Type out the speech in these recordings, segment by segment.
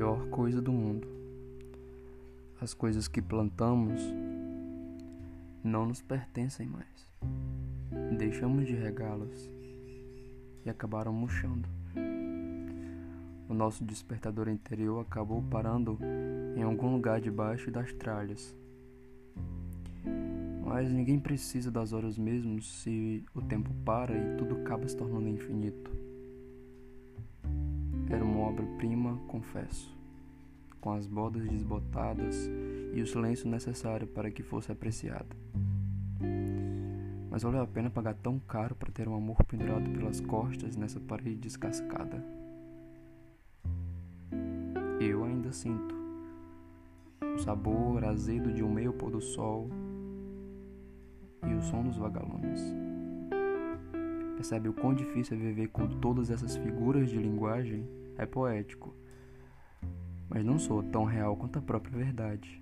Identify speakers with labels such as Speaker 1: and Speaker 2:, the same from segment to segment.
Speaker 1: pior coisa do mundo. As coisas que plantamos não nos pertencem mais. Deixamos de regá-las e acabaram murchando. O nosso despertador interior acabou parando em algum lugar debaixo das tralhas. Mas ninguém precisa das horas mesmo se o tempo para e tudo acaba se tornando infinito. Era uma obra-prima, confesso, com as bordas desbotadas e o silêncio necessário para que fosse apreciada. Mas valeu a pena pagar tão caro para ter um amor pendurado pelas costas nessa parede descascada. Eu ainda sinto o sabor azedo de um meio pôr do sol e o som dos vagalumes. Percebe o quão difícil é viver com todas essas figuras de linguagem? É poético, mas não sou tão real quanto a própria verdade.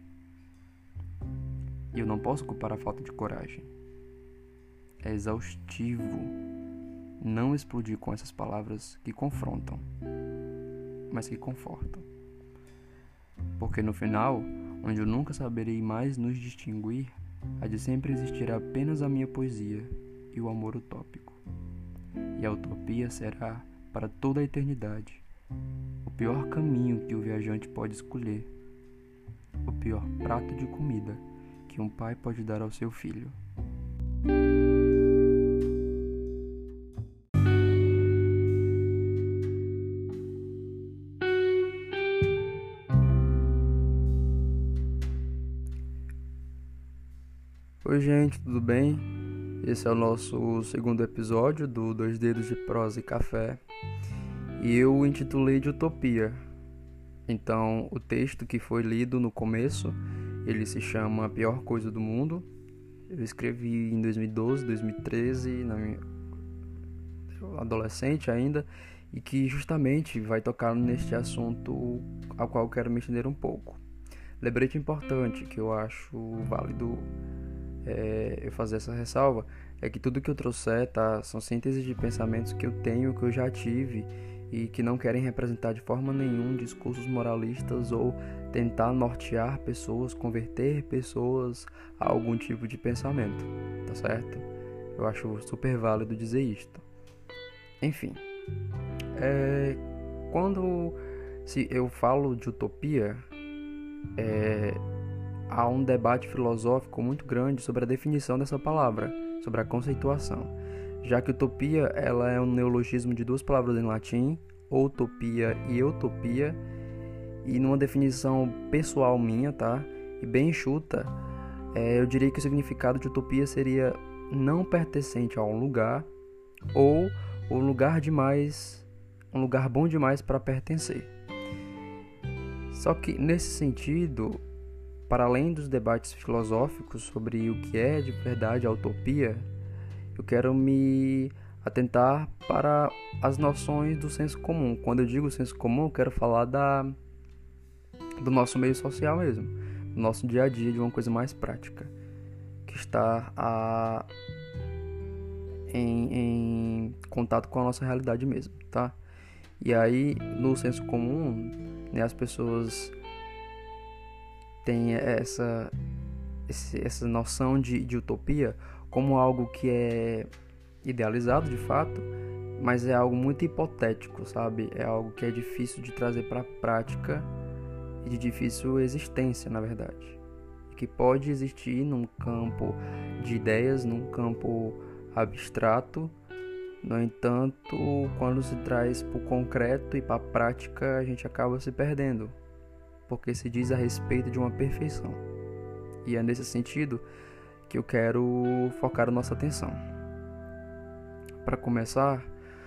Speaker 1: E eu não posso culpar a falta de coragem. É exaustivo não explodir com essas palavras que confrontam, mas que confortam. Porque no final, onde eu nunca saberei mais nos distinguir, há de sempre existir apenas a minha poesia e o amor utópico. E a utopia será, para toda a eternidade, o pior caminho que o viajante pode escolher, o pior prato de comida que um pai pode dar ao seu filho. Oi gente, tudo bem? Esse é o nosso segundo episódio do Dois Dedos de Prosa e Café e eu o intitulei de Utopia. Então, o texto que foi lido no começo, ele se chama A Pior Coisa do Mundo. Eu escrevi em 2012, 2013, adolescente ainda, e que justamente vai tocar neste assunto ao qual eu quero me estender um pouco. Lembrete importante que eu acho válido eu fazer essa ressalva, é que tudo que eu trouxer são síntese de pensamentos que eu tenho, que eu já tive e que não querem representar de forma nenhuma discursos moralistas ou tentar nortear pessoas, converter pessoas a algum tipo de pensamento, tá certo? Eu acho super válido dizer isto. Enfim, se eu falo de utopia, há um debate filosófico muito grande sobre a definição dessa palavra, sobre a conceituação, já que utopia ela é um neologismo de duas palavras em latim, utopia e utopia, e numa definição pessoal minha, tá? E bem enxuta, eu diria que o significado de utopia seria não pertencente a um lugar ou um lugar bom demais para pertencer. Só que nesse sentido, para além dos debates filosóficos sobre o que é de verdade a utopia, eu quero me atentar para as noções do senso comum. Quando eu digo senso comum, eu quero falar do nosso meio social mesmo, do nosso dia a dia, de uma coisa mais prática, que está em contato com a nossa realidade mesmo, tá? E aí, no senso comum, né, as pessoas tem essa noção de utopia como algo que é idealizado de fato, mas é algo muito hipotético, sabe? É algo que é difícil de trazer para a prática e de difícil existência, na verdade. Que pode existir num campo de ideias, num campo abstrato. No entanto, quando se traz para o concreto e para a prática, a gente acaba se perdendo, porque se diz a respeito de uma perfeição. E é nesse sentido que eu quero focar a nossa atenção. Para começar,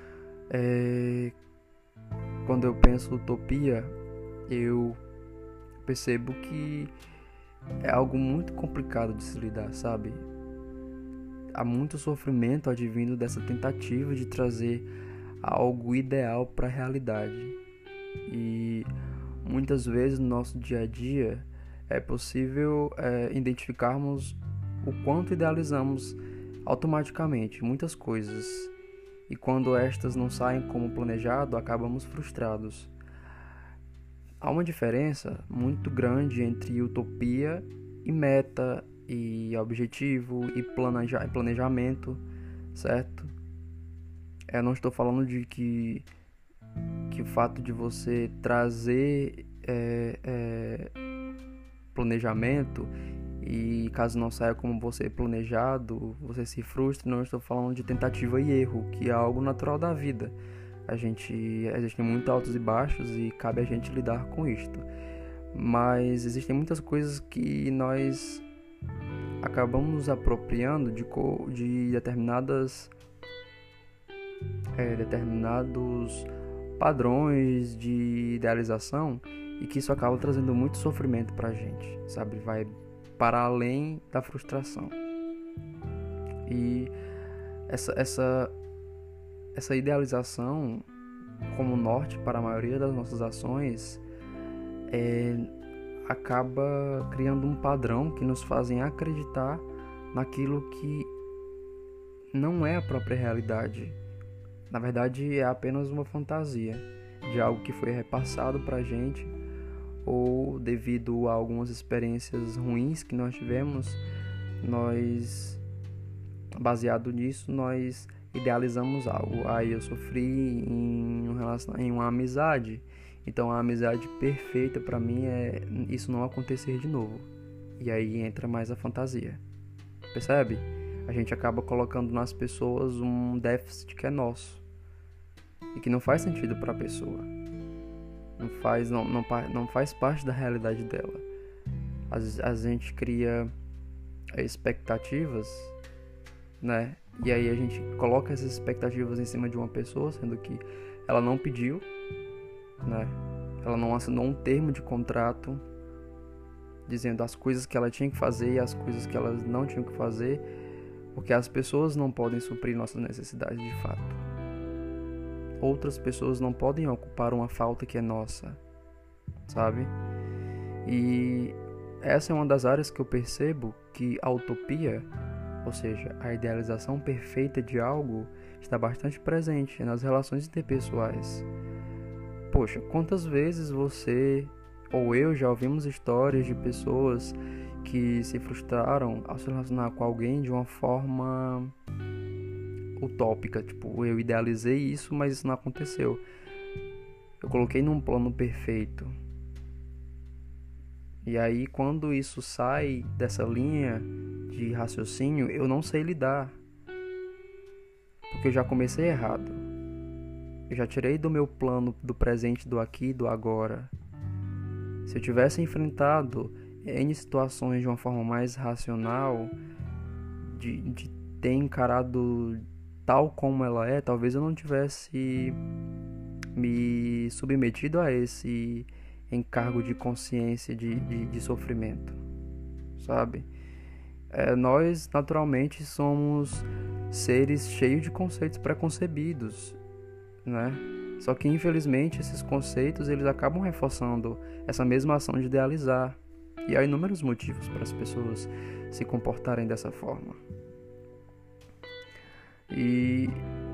Speaker 1: quando eu penso utopia, eu percebo que é algo muito complicado de se lidar, sabe? Há muito sofrimento advindo dessa tentativa de trazer algo ideal para a realidade. E muitas vezes no nosso dia a dia é possível identificarmos o quanto idealizamos automaticamente muitas coisas, e quando estas não saem como planejado, acabamos frustrados. há uma diferença muito grande entre utopia e meta, e objetivo, e planejamento, certo? Eu não estou falando de que o fato de você trazer planejamento e caso não saia como você planejado, você se frustre. Não estou falando de tentativa e erro, que é algo natural da vida. Existem muitos altos e baixos e cabe a gente lidar com isto. Mas existem muitas coisas que nós acabamos nos apropriando de determinados padrões de idealização, e que isso acaba trazendo muito sofrimento pra gente, sabe? Vai para além da frustração. E essa idealização, como norte para a maioria das nossas ações, acaba criando um padrão que nos fazem acreditar naquilo que não é a própria realidade. Na verdade, é apenas uma fantasia de algo que foi repassado pra gente, ou devido a algumas experiências ruins que nós tivemos, baseado nisso, nós idealizamos algo. Aí eu sofri em uma amizade, então a amizade perfeita pra mim é isso não acontecer de novo. E aí entra mais a fantasia. Percebe? A gente acaba colocando nas pessoas um déficit que é nosso e que não faz sentido para a pessoa. Não faz parte da realidade dela. A gente cria expectativas, né? E aí a gente coloca essas expectativas em cima de uma pessoa, sendo que ela não pediu, né? Ela não assinou um termo de contrato dizendo as coisas que ela tinha que fazer e as coisas que ela não tinha que fazer, porque as pessoas não podem suprir nossas necessidades de fato. Outras pessoas não podem ocupar uma falta que é nossa, sabe? E essa é uma das áreas que eu percebo que a utopia, ou seja, a idealização perfeita de algo, está bastante presente nas relações interpessoais. Poxa, quantas vezes você ou eu já ouvimos histórias de pessoas que se frustraram ao se relacionar com alguém de uma forma utópica, tipo, eu idealizei isso, mas isso não aconteceu. Eu coloquei num plano perfeito. E aí, quando isso sai dessa linha de raciocínio, eu não sei lidar. Porque eu já comecei errado. Eu já tirei do meu plano do presente, do aqui e do agora. Se eu tivesse enfrentado N situações de uma forma mais racional, de ter encarado tal como ela é, talvez eu não tivesse me submetido a esse encargo de consciência de sofrimento, sabe? Nós naturalmente somos seres cheios de conceitos preconcebidos, né? Só que infelizmente esses conceitos eles acabam reforçando essa mesma ação de idealizar, e há inúmeros motivos para as pessoas se comportarem dessa forma. E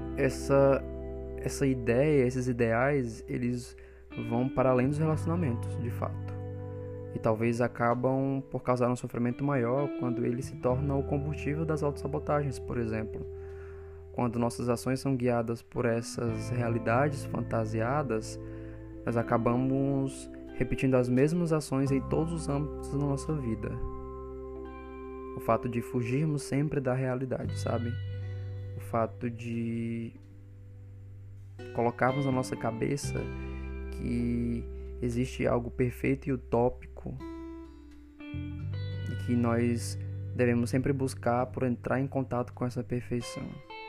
Speaker 1: essa ideia, esses ideais, eles vão para além dos relacionamentos, de fato. E talvez acabam por causar um sofrimento maior quando ele se torna o combustível das autossabotagens, por exemplo. Quando nossas ações são guiadas por essas realidades fantasiadas, nós acabamos repetindo as mesmas ações em todos os âmbitos da nossa vida. O fato de fugirmos sempre da realidade, sabe? O fato de colocarmos na nossa cabeça que existe algo perfeito e utópico e que nós devemos sempre buscar por entrar em contato com essa perfeição.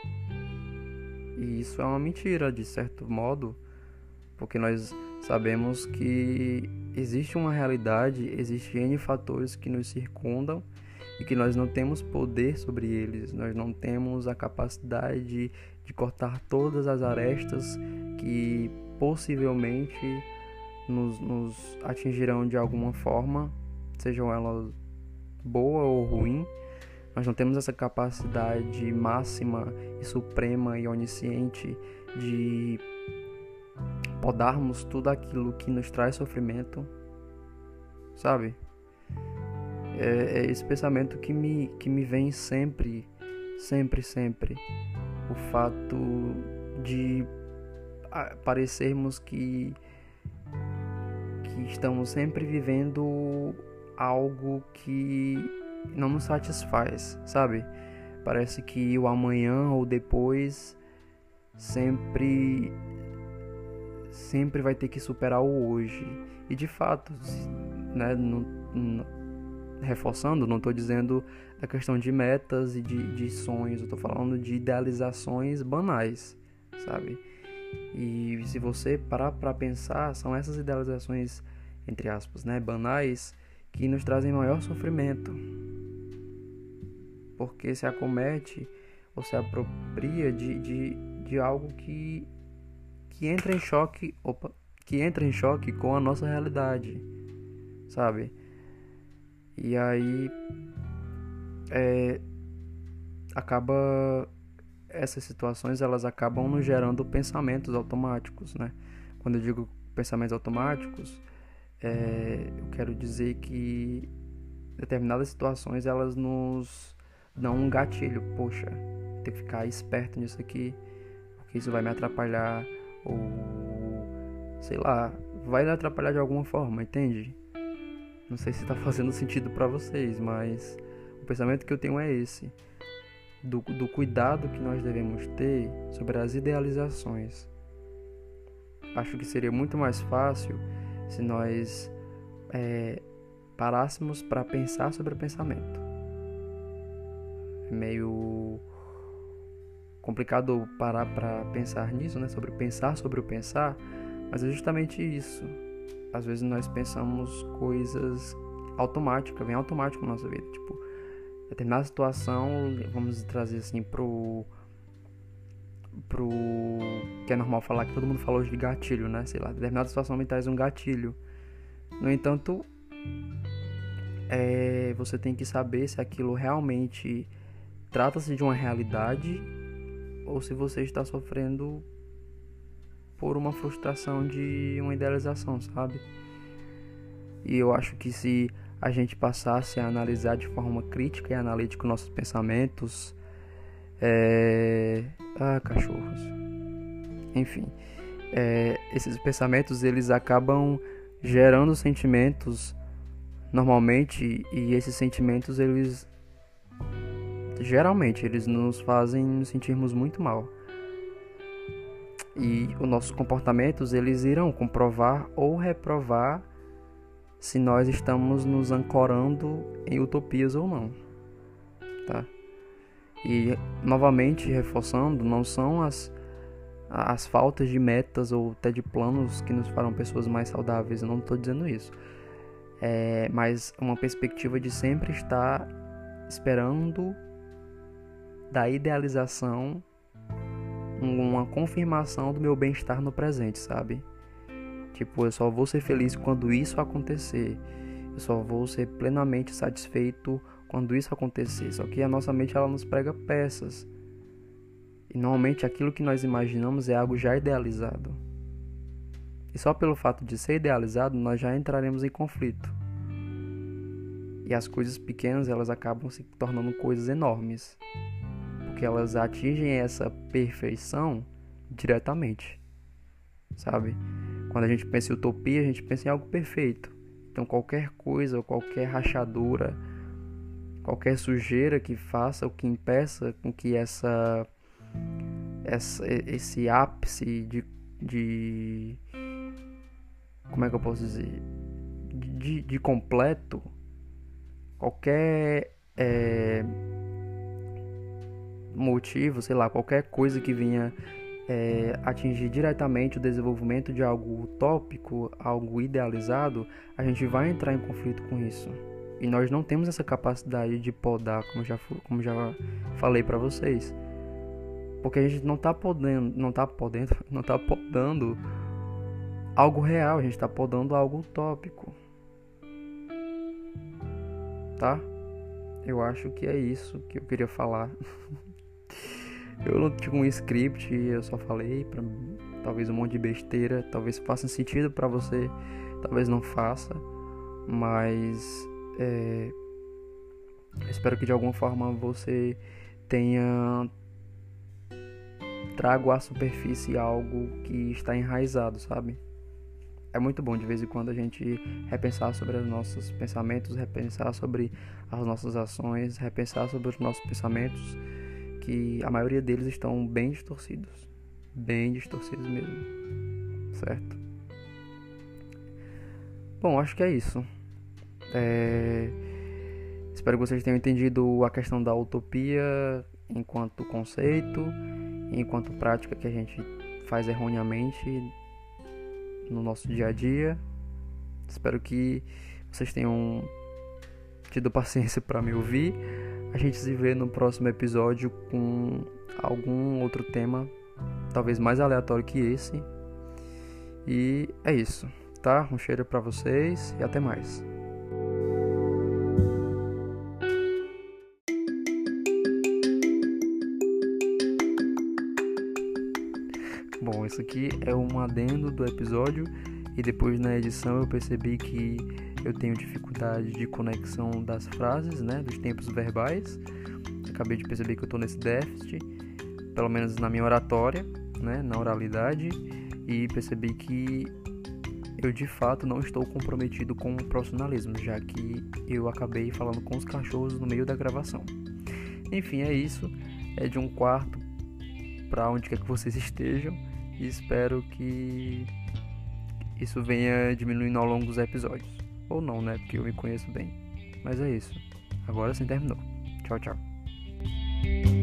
Speaker 1: E isso é uma mentira, de certo modo, porque nós sabemos que existe uma realidade, existem N fatores que nos circundam e que nós não temos poder sobre eles, nós não temos a capacidade de cortar todas as arestas que possivelmente nos atingirão de alguma forma, sejam elas boa ou ruim. Nós não temos essa capacidade máxima e suprema e onisciente de podarmos tudo aquilo que nos traz sofrimento, sabe? É esse pensamento que me vem sempre, sempre, sempre. O fato de parecermos que estamos sempre vivendo algo que não nos satisfaz, sabe? Parece que o amanhã ou depois sempre vai ter que superar o hoje. E de fato, né, reforçando, não estou dizendo a questão de metas e de sonhos, eu estou falando de idealizações banais, sabe? E se você parar para pensar, são essas idealizações, entre aspas, né, banais, que nos trazem maior sofrimento, porque se acomete ou se apropria de algo que entra em choque com a nossa realidade, sabe? E aí essas situações elas acabam nos gerando pensamentos automáticos, né? Quando eu digo pensamentos automáticos, eu quero dizer que determinadas situações elas nos dão um gatilho. Poxa, tem que ficar esperto nisso aqui, porque isso vai me atrapalhar, ou sei lá, vai me atrapalhar de alguma forma, entende? Não sei se está fazendo sentido para vocês, mas o pensamento que eu tenho é esse. Do cuidado que nós devemos ter sobre as idealizações. Acho que seria muito mais fácil se nós parássemos para pensar sobre o pensamento. É meio complicado parar para pensar nisso, né? Sobre pensar sobre o pensar, mas é justamente isso. Às vezes nós pensamos coisas automáticas, vem automático na nossa vida, tipo, determinada situação, vamos trazer assim pro que é normal falar, que todo mundo falou de gatilho, né? Sei lá, determinada situação me traz um gatilho. No entanto, você tem que saber se aquilo realmente trata-se de uma realidade ou se você está sofrendo por uma frustração de uma idealização, sabe? E eu acho que se a gente passasse a analisar de forma crítica e analítica nossos pensamentos, cachorros. Enfim, esses pensamentos eles acabam gerando sentimentos normalmente, e esses sentimentos eles geralmente eles nos fazem nos sentirmos muito mal. E os nossos comportamentos eles irão comprovar ou reprovar se nós estamos nos ancorando em utopias ou não, tá? E novamente reforçando, não são as faltas de metas ou até de planos que nos farão pessoas mais saudáveis, eu não estou dizendo isso. Mas uma perspectiva de sempre estar esperando da idealização uma confirmação do meu bem-estar no presente, sabe? Tipo, eu só vou ser feliz quando isso acontecer. Eu só vou ser plenamente satisfeito quando isso acontecer. Só que a nossa mente ela nos prega peças. E normalmente aquilo que nós imaginamos é algo já idealizado. E só pelo fato de ser idealizado, nós já entraremos em conflito. E as coisas pequenas, elas acabam se tornando coisas enormes. Porque elas atingem essa perfeição diretamente, sabe? Quando a gente pensa em utopia, a gente pensa em algo perfeito. Então qualquer coisa, qualquer rachadura, qualquer sujeira que faça ou que impeça com que esse ápice de como é que eu posso dizer? De completo, qualquer motivo, sei lá, qualquer coisa que venha atingir diretamente o desenvolvimento de algo utópico, algo idealizado, a gente vai entrar em conflito com isso. E nós não temos essa capacidade de podar, como já falei para vocês. Porque a gente não tá podando algo real, a gente tá podando algo utópico. Tá? Eu acho que é isso que eu queria falar. Eu não tinha um script, eu só falei pra talvez um monte de besteira, talvez faça sentido pra você, talvez não faça, mas espero que de alguma forma você tenha trago à superfície algo que está enraizado, sabe? É muito bom de vez em quando a gente repensar sobre os nossos pensamentos, repensar sobre as nossas ações, repensar sobre os nossos pensamentos, que a maioria deles estão bem distorcidos mesmo, certo? Bom, acho que é isso. Espero que vocês tenham entendido a questão da utopia enquanto conceito, enquanto prática que a gente faz erroneamente no nosso dia a dia. Espero que vocês tenham tido paciência para me ouvir. A gente se vê no próximo episódio com algum outro tema, talvez mais aleatório que esse. E é isso, tá? Um cheiro para vocês e até mais. Bom, isso aqui é um adendo do episódio e depois na edição eu percebi que eu tenho dificuldade de conexão das frases, né, dos tempos verbais. Acabei de perceber que eu estou nesse déficit, pelo menos na minha oratória, né, na oralidade, e percebi que eu de fato não estou comprometido com o profissionalismo, já que eu acabei falando com os cachorros no meio da gravação. Enfim, é isso. É de um quarto para onde quer que vocês estejam. E espero que isso venha diminuindo ao longo dos episódios. Ou não, né? Porque eu me conheço bem. Mas é isso. Agora sim terminou. Tchau, tchau.